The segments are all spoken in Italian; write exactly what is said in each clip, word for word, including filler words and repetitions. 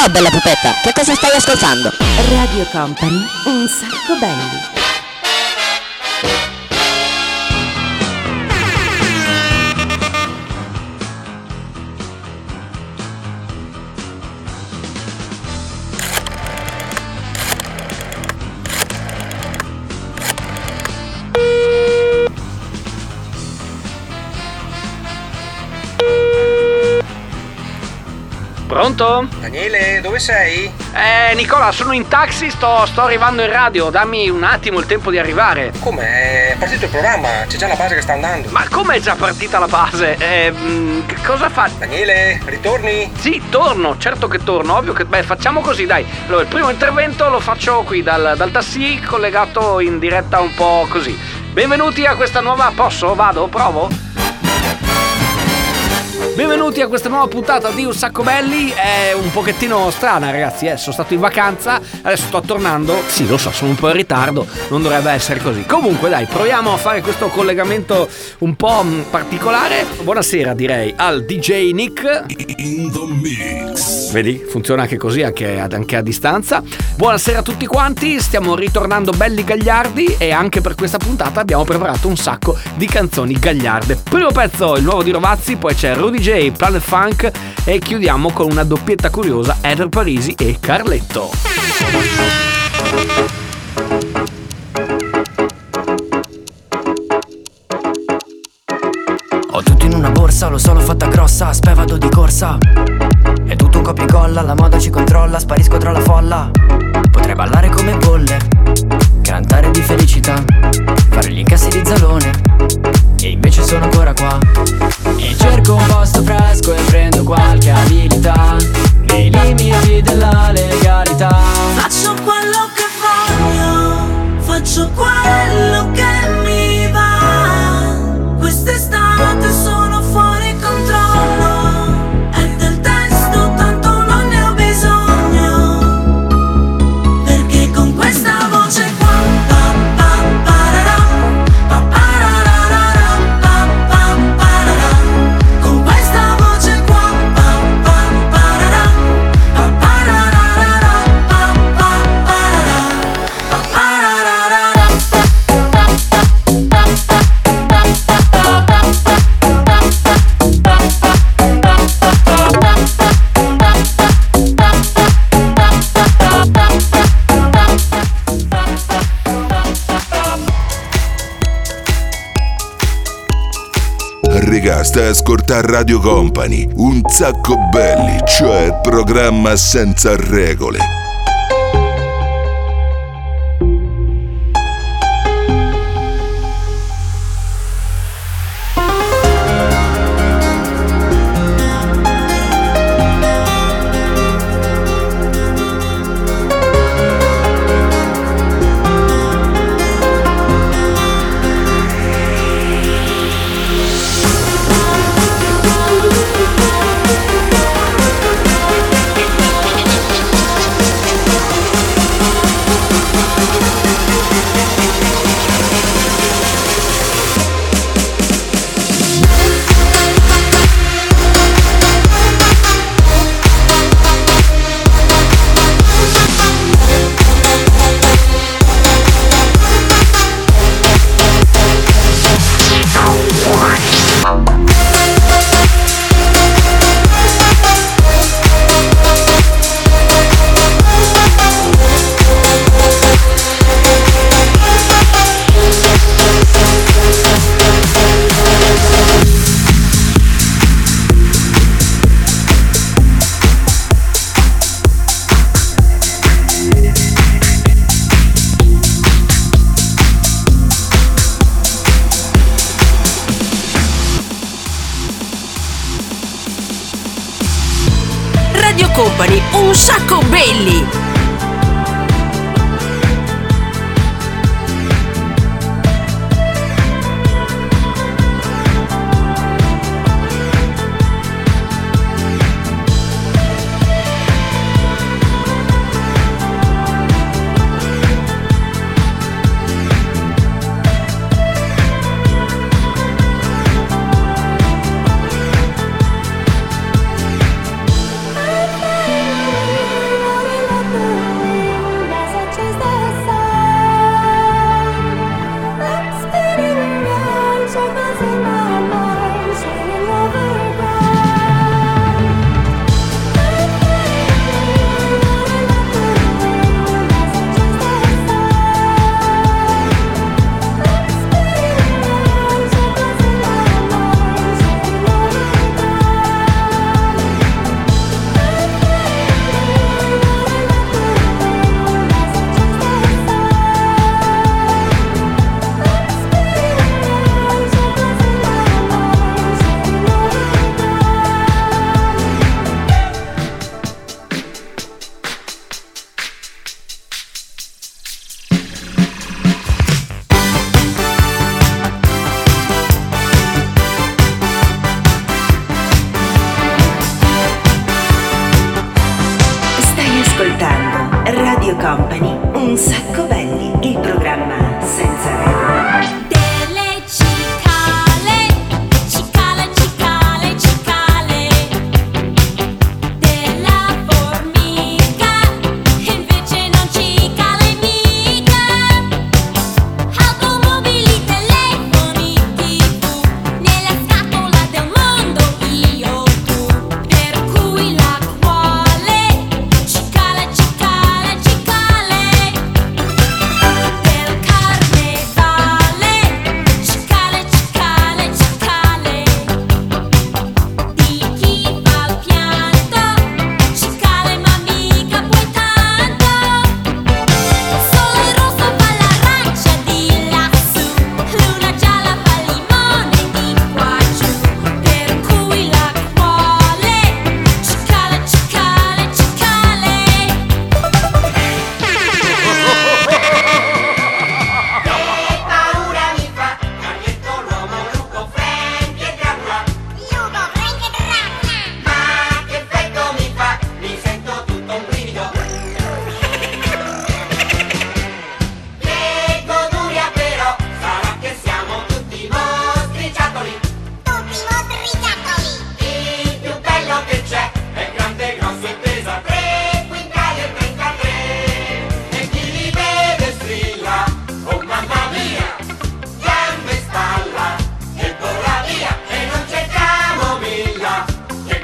Ciao bella pupetta, che cosa stai ascoltando? Radio Company, un sacco belli. Pronto? Daniele, dove sei? Eh, Nicola, sono in taxi, sto, sto arrivando in radio, dammi un attimo il tempo di arrivare. Come? È partito il programma, c'è già la base che sta andando. Ma come è già partita la base? Eh, mh, che cosa fa? Daniele, ritorni? Sì, torno, certo che torno, ovvio che... Beh, facciamo così, dai. Allora, il primo intervento lo faccio qui, dal, dal taxi, collegato in diretta un po' così. Benvenuti a questa nuova... Posso? Vado? Provo? Benvenuti a questa nuova puntata di Un Sacco Belli. È un pochettino strana, ragazzi, eh. Sono stato in vacanza, adesso sto tornando. Sì, lo so, sono un po' in ritardo, non dovrebbe essere così. Comunque dai, proviamo a fare questo collegamento un po' particolare. Buonasera, direi, al D J Nick in the mix. Vedi, funziona anche così, anche, anche a distanza. Buonasera a tutti quanti, stiamo ritornando belli gagliardi e anche per questa puntata abbiamo preparato un sacco di canzoni gagliarde. Primo pezzo, il nuovo di Rovazzi, poi c'è Rudy J, Planet Funk e chiudiamo con una doppietta curiosa, Eder Parisi e Carletto. Ho tutto in una borsa, lo so, l'ho fatta grossa, aspetta vado di corsa. È tutto un copia e incolla, la moda ci controlla, sparisco tra la folla. Potrei ballare come bolle, cantare di felicità, fare gli incassi di Zalone, e invece sono ancora qua. E cerco un posto fresco e prendo qualche abilità, nei limiti della legalità. Faccio quello che voglio, faccio quello che mi va. Quest'estate sono fuori controllo, è del testo tanto non ne ho bisogno, perché con questa voce qua pa, pa, pararà, pa, parararara, pa, pa, pararà. Con questa voce qua pa, pa, pararà, pa, parararara, pa, pa, pararà, pa, parararara. Raga, stai a ascoltare Radio Company, Un Sacco Belli, cioè il programma senza regole. Radio Company, Un Sacco Belli.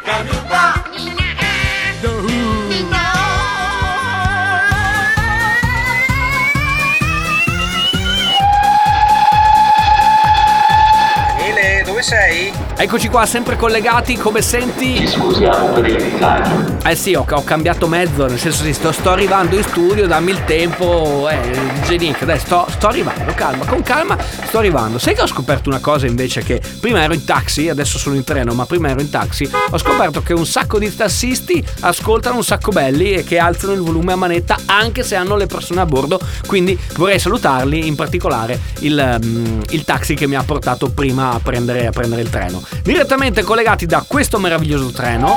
Daniele, dove sei? Eccoci qua, sempre collegati, come senti? Ci scusiamo per il disagio. Eh sì, ho, ho cambiato mezzo, nel senso sì, sto, sto arrivando in studio, dammi il tempo, eh, Genic, dai, sto, sto arrivando, calma, con calma, sto arrivando. Sai che ho scoperto una cosa invece, che prima ero in taxi, adesso sono in treno, ma prima ero in taxi, ho scoperto che un sacco di tassisti ascoltano Un Sacco Belli e che alzano il volume a manetta anche se hanno le persone a bordo, quindi vorrei salutarli, in particolare il, um, il taxi che mi ha portato prima a prendere, a prendere il treno. Direttamente collegati da questo meraviglioso treno.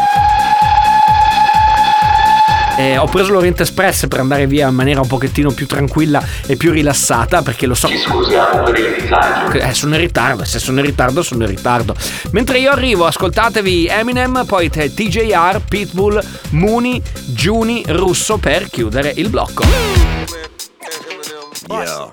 Eh, ho preso l'Orient Express per andare via in maniera un pochettino più tranquilla e più rilassata, perché lo so. Ci scusiamo per il disagio. Eh, sono in ritardo, se sono in ritardo sono in ritardo. Mentre io arrivo, ascoltatevi Eminem, poi T J R, Pitbull, Mooney, Juni, Russo per chiudere il blocco. Yeah.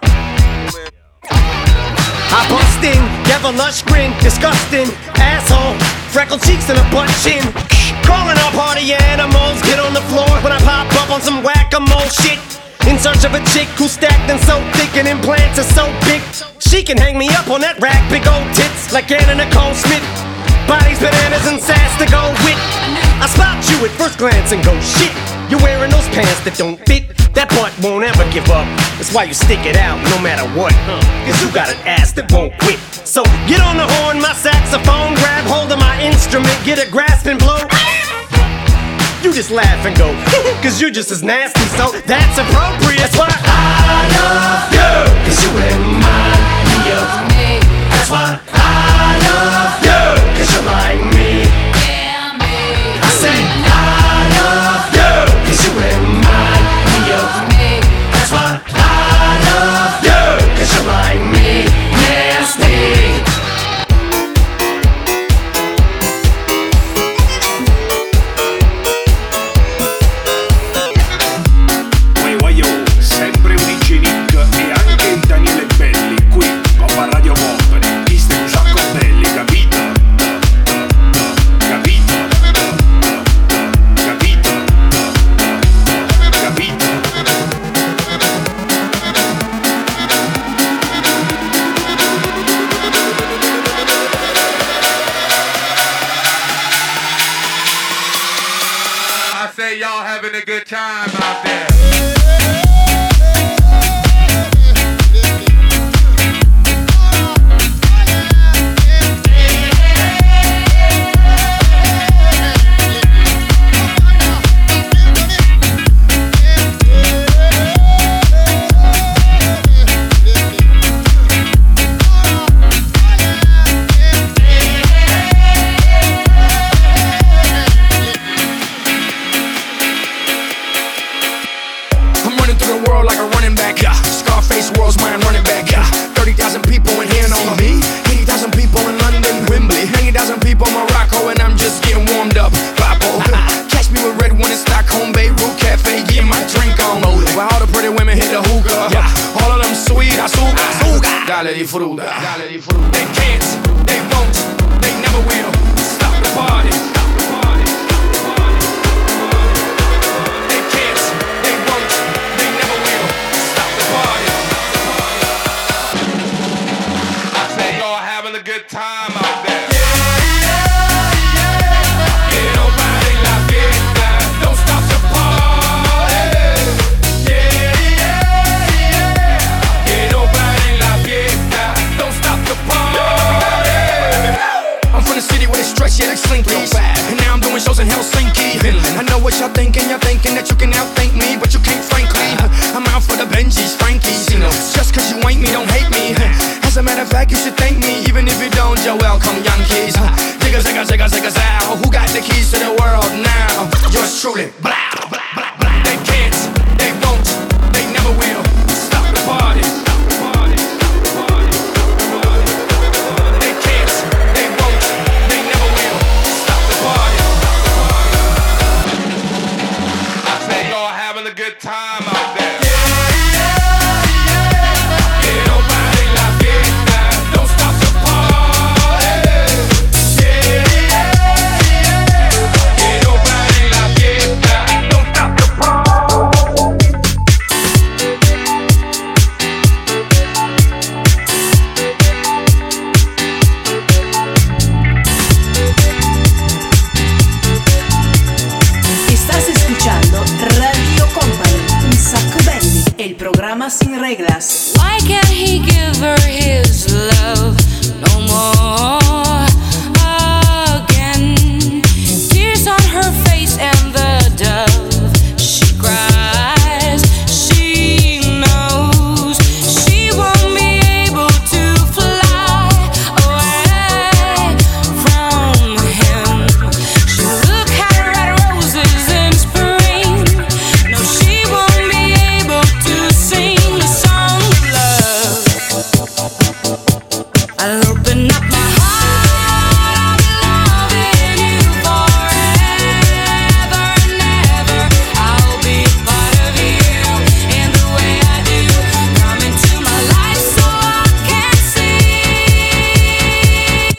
I bust in, never lush grin, disgusting, asshole, freckled cheeks and a butt chin. Calling all party animals, get on the floor when I pop up on some whack-a-mole shit. In search of a chick who's stacked and so thick and implants are so big, she can hang me up on that rack, big old tits like Anna Nicole Smith. Bodies, bananas, and sass to go with. I spot you at first glance and go, shit, you're wearing those pants that don't fit. That butt won't ever give up. That's why you stick it out no matter what. Cause you got an ass that won't quit. So get on the horn, my saxophone, grab hold of my instrument, get a grasp and blow. You just laugh and go, cause you're just as nasty, so that's appropriate. That's why I love you, cause you remind me of me. That's why I love you, cause you're like me. Yeah, me. I say I love you, cause you remind me of me. That's why I love you, cause you're like me. Nasty. Sempre un Genic e anche il Daniele Belli qui a Radio Company. Visto Un Sacco Belli, capito? Capito? Capito? Capito? I say y'all having a good time out there. Dale di fruta, dale di fruta. They can't, they won't, they never will stop the party. They can't, they won't, they never will stop the party. I say y'all having a good time out there. Que no pare la fiesta, don't stop the party. Yeah, yeah, yeah. Que no pare la fiesta, don't stop the party. I'm from the city where they stretch, yeah, like Slinkies. And now I'm doing shows in Helsinki. I know what y'all thinking, y'all thinking that you can outthink me, but you can't, frankly. I'm out for the Benjis, Frankies. Just cause you ain't me, don't hate me. As a matter of fact, you should thank me, even if you don't, you're welcome, Yankees. Zigga, zigga, zigga, zigga, zow. Who got the keys to the world now? Yours truly. Blah, blah, blah, blah. They can't, they won't, they never will stop the party. They can't, they won't, they never will stop the party. I say y'all having a good time out there. programa sin reglas. Why can't he give her his love no more again? Tears on her face and the dove she cries. She knows she won't be able to fly away from him. She look at red roses in spring. No, she won't be able to sing the song of love. I'll open up my heart, I'll be loving you forever and ever. I'll be a part of you in the way I do. Come into my life so I can see.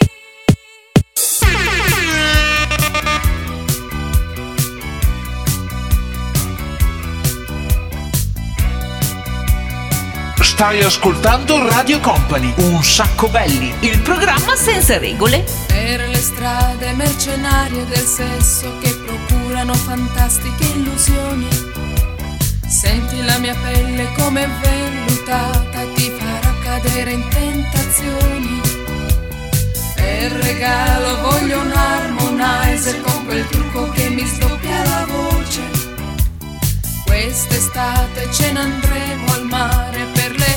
Stai ascoltando Radio Company, un sacco belli, il programma Senza regole. Per le strade mercenarie del sesso che procurano fantastiche illusioni. Senti la mia pelle come vellutata, ti farà cadere in tentazioni. Per regalo voglio un harmonizer con quel trucco che mi sdoppia la voce. Quest'estate ce ne andremo al mare per le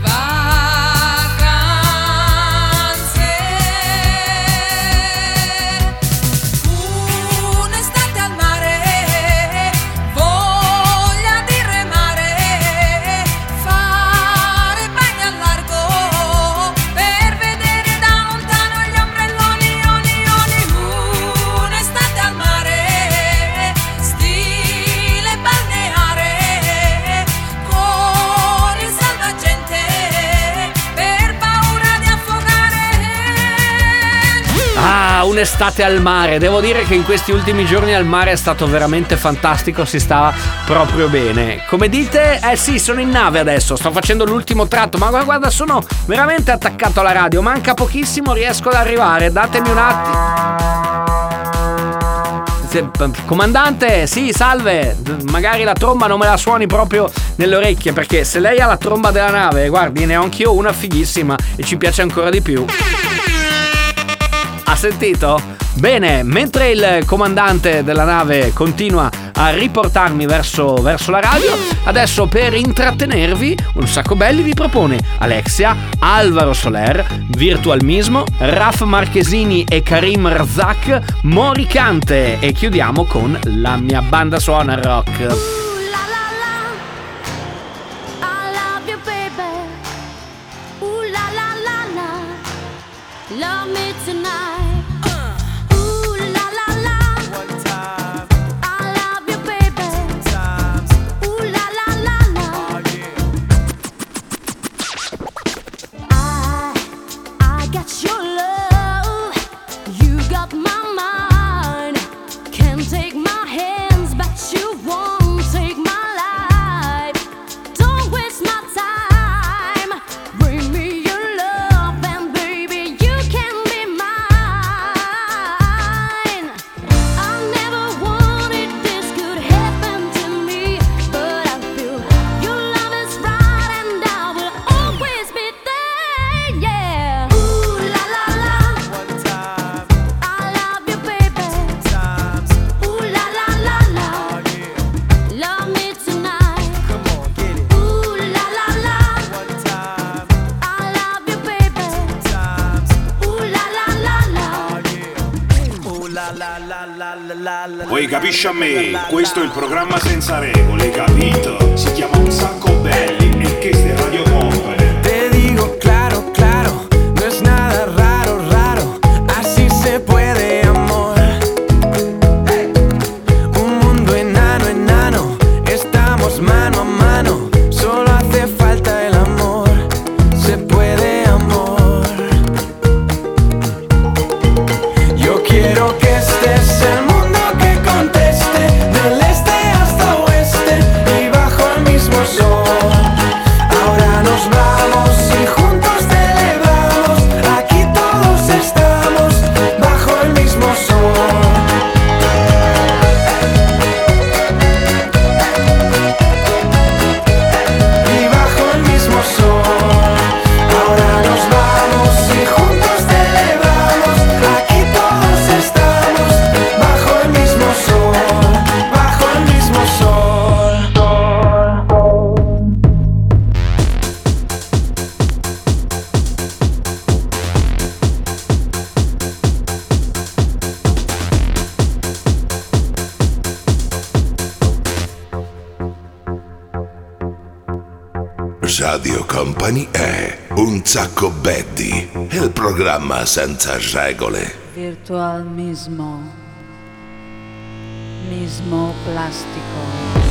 vacanze. Un'estate al mare, voglia di remare, fare bagni al largo per vedere da lontano gli ombrelloni, oni, oni. Un'estate al mare, stile balneare, con il salvagente per paura di affogare. Ah, un'estate al mare. Devo dire che in questi ultimi giorni al mare è stato veramente fantastico, si stava proprio bene. Come dite? Eh sì, sono in nave adesso, sto facendo l'ultimo tratto, ma guarda, guarda, sono veramente attaccato alla radio, manca pochissimo, riesco ad arrivare, datemi un attimo. Se- Comandante, sì, salve. Magari la tromba non me la suoni proprio nelle orecchie, perché se lei ha la tromba della nave, guardi, ne ho anch'io una fighissima e ci piace ancora di più. Ha sentito? Bene, mentre il comandante della nave continua a riportarmi verso, verso la radio, adesso per intrattenervi un sacco belli vi propone Alexia, Alvaro Soler, Virtual Mismo, Raf Marchesini e Karim Razak, Moricante, e chiudiamo con La mia banda suona rock. Love me tonight. Ooh la la la. One time. I love you, baby. Two times. Ooh la la la la. Oh yeah. I I got your love. You got my mind. Can't take my hands, but you won't take my life. Don't waste my time. Bring me your love, and baby, you can be mine. I never wanted this could happen to me, but I feel your love is right, and I will always be there. Yeah. Ooh la la la. One time. I love you, baby. Two times. Ooh la la la la. Oh yeah. Love me tonight. Come on, get it. Ooh la la la. One time. I love you, baby. Two times. Ooh la la la la. Oh yeah. Ooh la la la la la la la. Poi capisci a me, questo è il programma senza regole, capito? Si chiama Un sacco belli e che è Radio Company. Te digo claro, claro, no es nada raro, raro, así se puede, amor. Un mundo enano, enano, estamos mano a mano, solo hace falta el amor, se puede, amor. Yo quiero que estés el mundo que conteste, del este hasta oeste y bajo el mismo sol. Ahora nos va Radio Company è Un Sacco Belli, il programma senza regole. Virtual mismo, mismo plástico.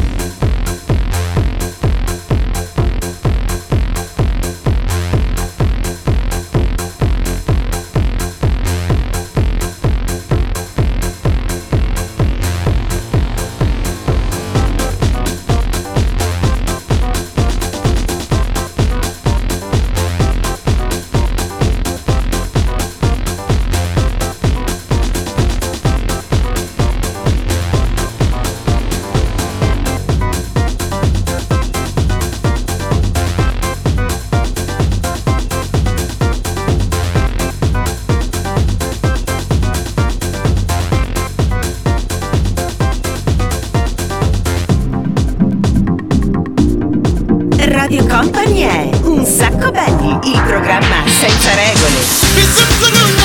Radio Company è Un Sacco Belli, il programma senza regole.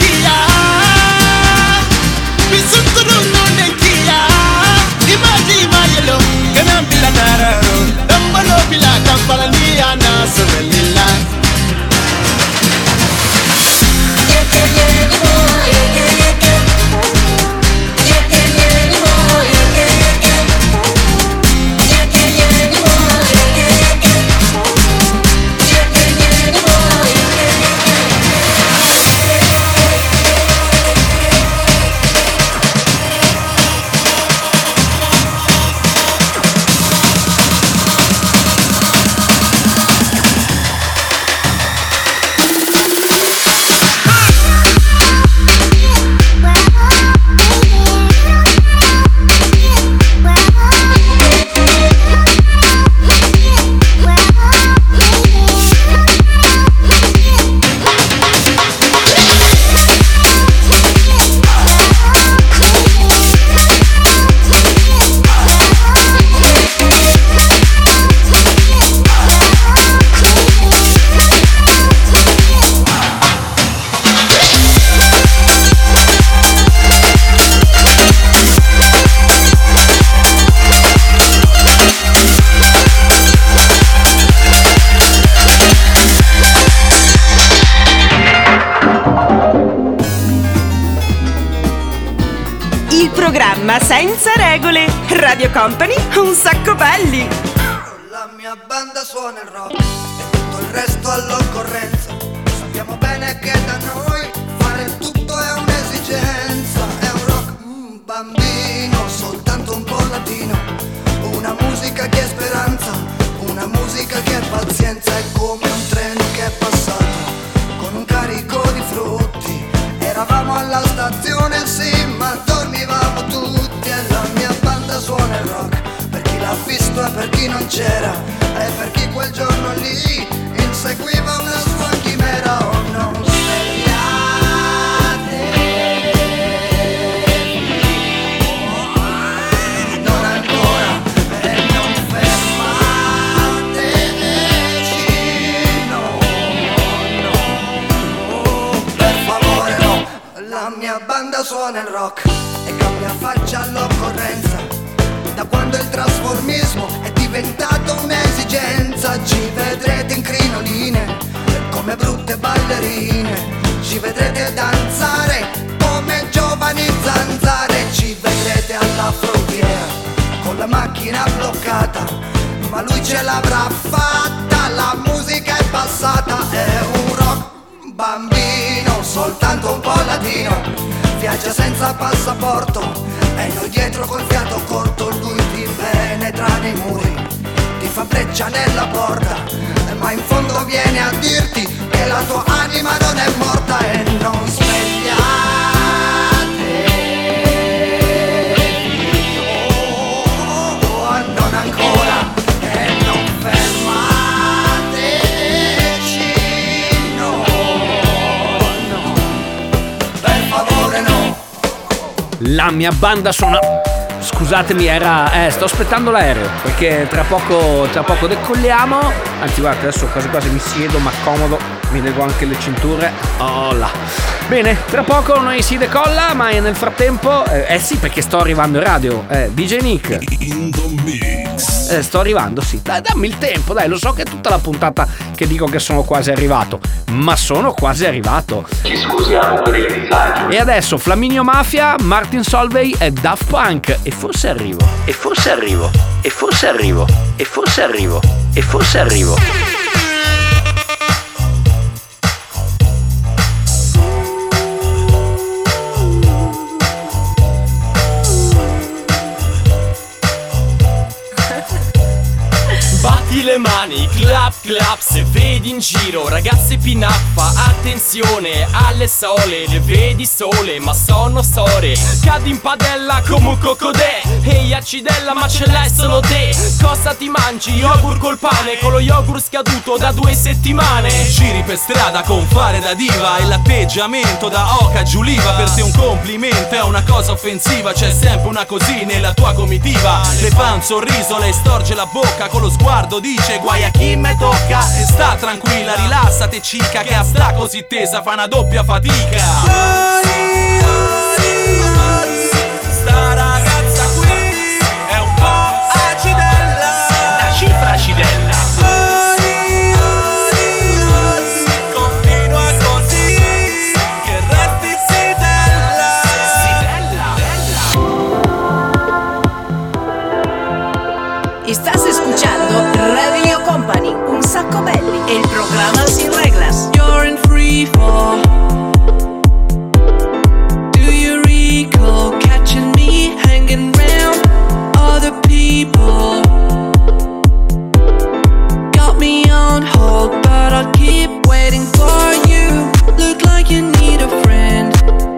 Programma senza regole. Radio Company, Un Sacco Belli. La mia banda suona il rock e tutto il resto all'occorrenza. Sappiamo bene che da noi fare tutto è un'esigenza. È un rock mm, bambino, soltanto un po' latino. Una musica che è speranza, una musica che è pazienza. È come un treno che è passato con un carico di frutti. Eravamo alla stazione, sì, ma dormivamo tutti. E la mia banda suona il rock, per chi l'ha visto e per chi non c'era, e per chi quel giorno lì inseguiva una sua chimera. Oh, non svegliatevi, oh, non ancora, e non fermateci, no, no, oh, per favore no. La mia banda suona il rock e cambia faccia all'occorrenza. Da quando il trasformismo è diventato un'esigenza, ci vedrete in crinoline come brutte ballerine, ci vedrete danzare come giovani zanzare, ci vedrete alla frontiera con la macchina bloccata, ma lui ce l'avrà fatta, la musica è passata. È un rock bambino, soltanto un po' latino, viaggia senza passaporto e noi dietro col fiato corto. Lui ti penetra nei muri, ti fa breccia nella porta, ma in fondo viene a dirti che la tua anima non è morta. E non svegliatevi, oh, oh, non ancora, e non fermateci, no, no, per favore no. La mia banda suona. Scusatemi, era. Eh, sto aspettando l'aereo. Perché tra poco. Tra poco decolliamo. Anzi, guarda, adesso quasi quasi mi siedo, ma comodo. Mi leggo anche le cinture. Oh là. Bene, tra poco noi si decolla, ma nel frattempo, eh, eh sì, perché sto arrivando in radio, eh, D J Nick. In the mix. Eh, sto arrivando, sì. Dai, dammi il tempo, dai, lo so che è tutta la puntata che dico che sono quasi arrivato, ma sono quasi arrivato. Ci scusiamo per il disagio. E adesso Flaminio Mafia, Martin Solveig e Daft Punk. E forse arrivo, e forse arrivo, e forse arrivo, e forse arrivo, e forse arrivo. Batti le mani, clap clap se vedi in giro ragazze pinaffa, attenzione alle sole, le vedi sole ma sono sore. Cadi in padella come un cocodè, ehi accidella ma ce l'hai solo te. Cosa ti mangi? Yogurt col pane, con lo yogurt scaduto da due settimane. Giri per strada con fare da diva e l'atteggiamento da oca giuliva. Per te un complimento è una cosa offensiva, c'è sempre una così nella tua comitiva. Le fa un sorriso, lei storge la bocca, con lo sguardo dice guai a chi me tocca. E sta tranquilla, rilassate cica, che a sta così tesa fa una doppia fatica. Sta ragazza qui è un po' acidella, la cifra acidella. Continua così che resti zitella. Estás escuchando Radio Company, un sacco belli, el programa sin reglas. You're in free fall. Do you recall catching me hanging around other people? Got me on hold, but I'll keep waiting for you. Look like you need a friend.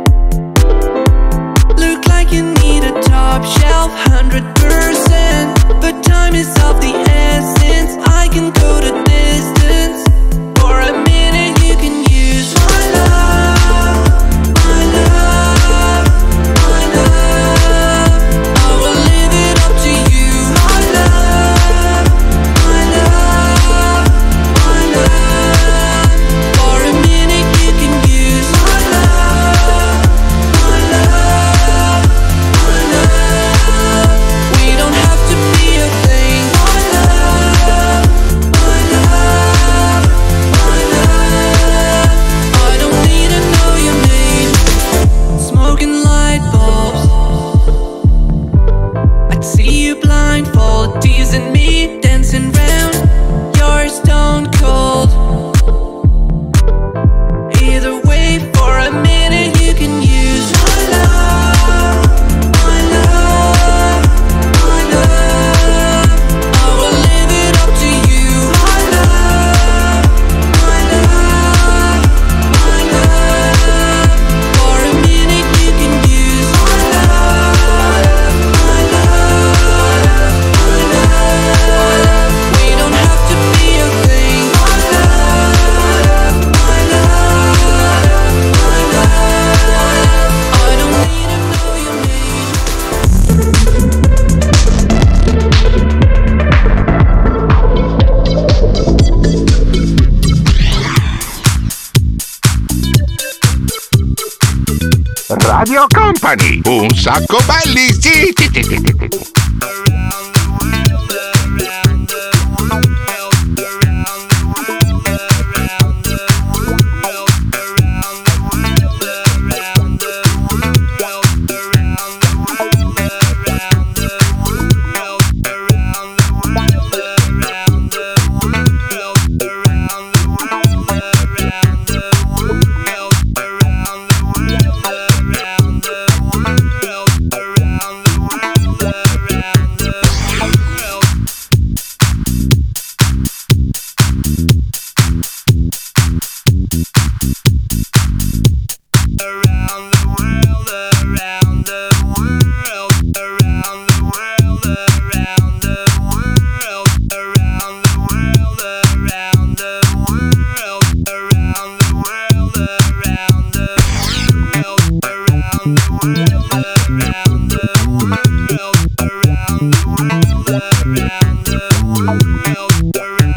Look like you need a top shelf, hundred percent. But time is of the essence. I can go to distance. For a minute you can use my love, my love, my love. I will live it up to you. My love, my love, my love. For a minute you can use my love, my love, my love. We don't have to be a thing. My love, my love, my love. I don't need to know your name. Smoking light bulbs. I'd see you blindfold, teasing me, dancing round. You're stone cold. Either way, for a minute you can use my love, my love, my love. I will live it up to you. My love, my love, my love. For a minute you can use my love, my love, my love. We don't have to be a thing. My love, my love, my love. I don't need to know your name. Radio Company, un sacco belli, sì, sì, sì, sì, sì, sì.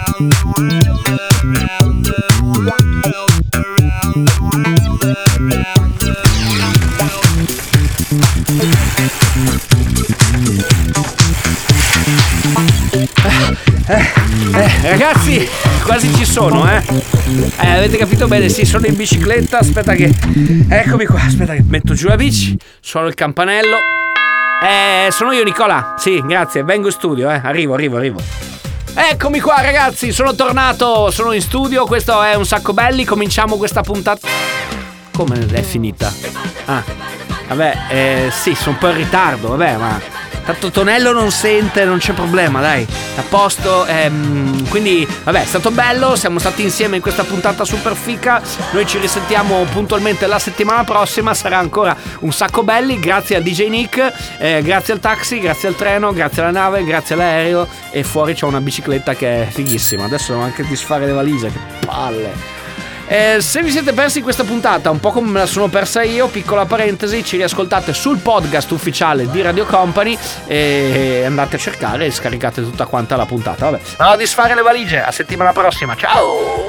Around the world, around the world, around the world. Eh, eh, ragazzi, quasi ci sono, eh. eh Avete capito bene? Sì, sono in bicicletta. Aspetta che... Eccomi qua, aspetta che metto giù la bici. Suono il campanello. Eh, sono io, Nicola. Sì, grazie, vengo in studio, eh. Arrivo, arrivo, arrivo. Eccomi qua, ragazzi, sono tornato. Sono in studio, questo è Un Sacco Belli. Cominciamo questa puntata. Come è finita? Ah, vabbè, eh, sì, sono un po' in ritardo, vabbè, ma... Tanto Tonello non sente, non c'è problema, dai, a posto. Ehm, quindi, vabbè, è stato bello, siamo stati insieme in questa puntata super fica. Noi ci risentiamo puntualmente la settimana prossima, sarà ancora Un Sacco Belli. Grazie a D J Nick, eh, grazie al taxi, grazie al treno, grazie alla nave, grazie all'aereo. E fuori c'è una bicicletta che è fighissima. Adesso devo anche disfare le valigie, che palle. Eh, se vi siete persi questa puntata, un po' come me la sono persa io, piccola parentesi, ci riascoltate sul podcast ufficiale di Radio Company e andate a cercare e scaricate tutta quanta la puntata. Vabbè, vado a disfare le valigie, a settimana prossima, ciao!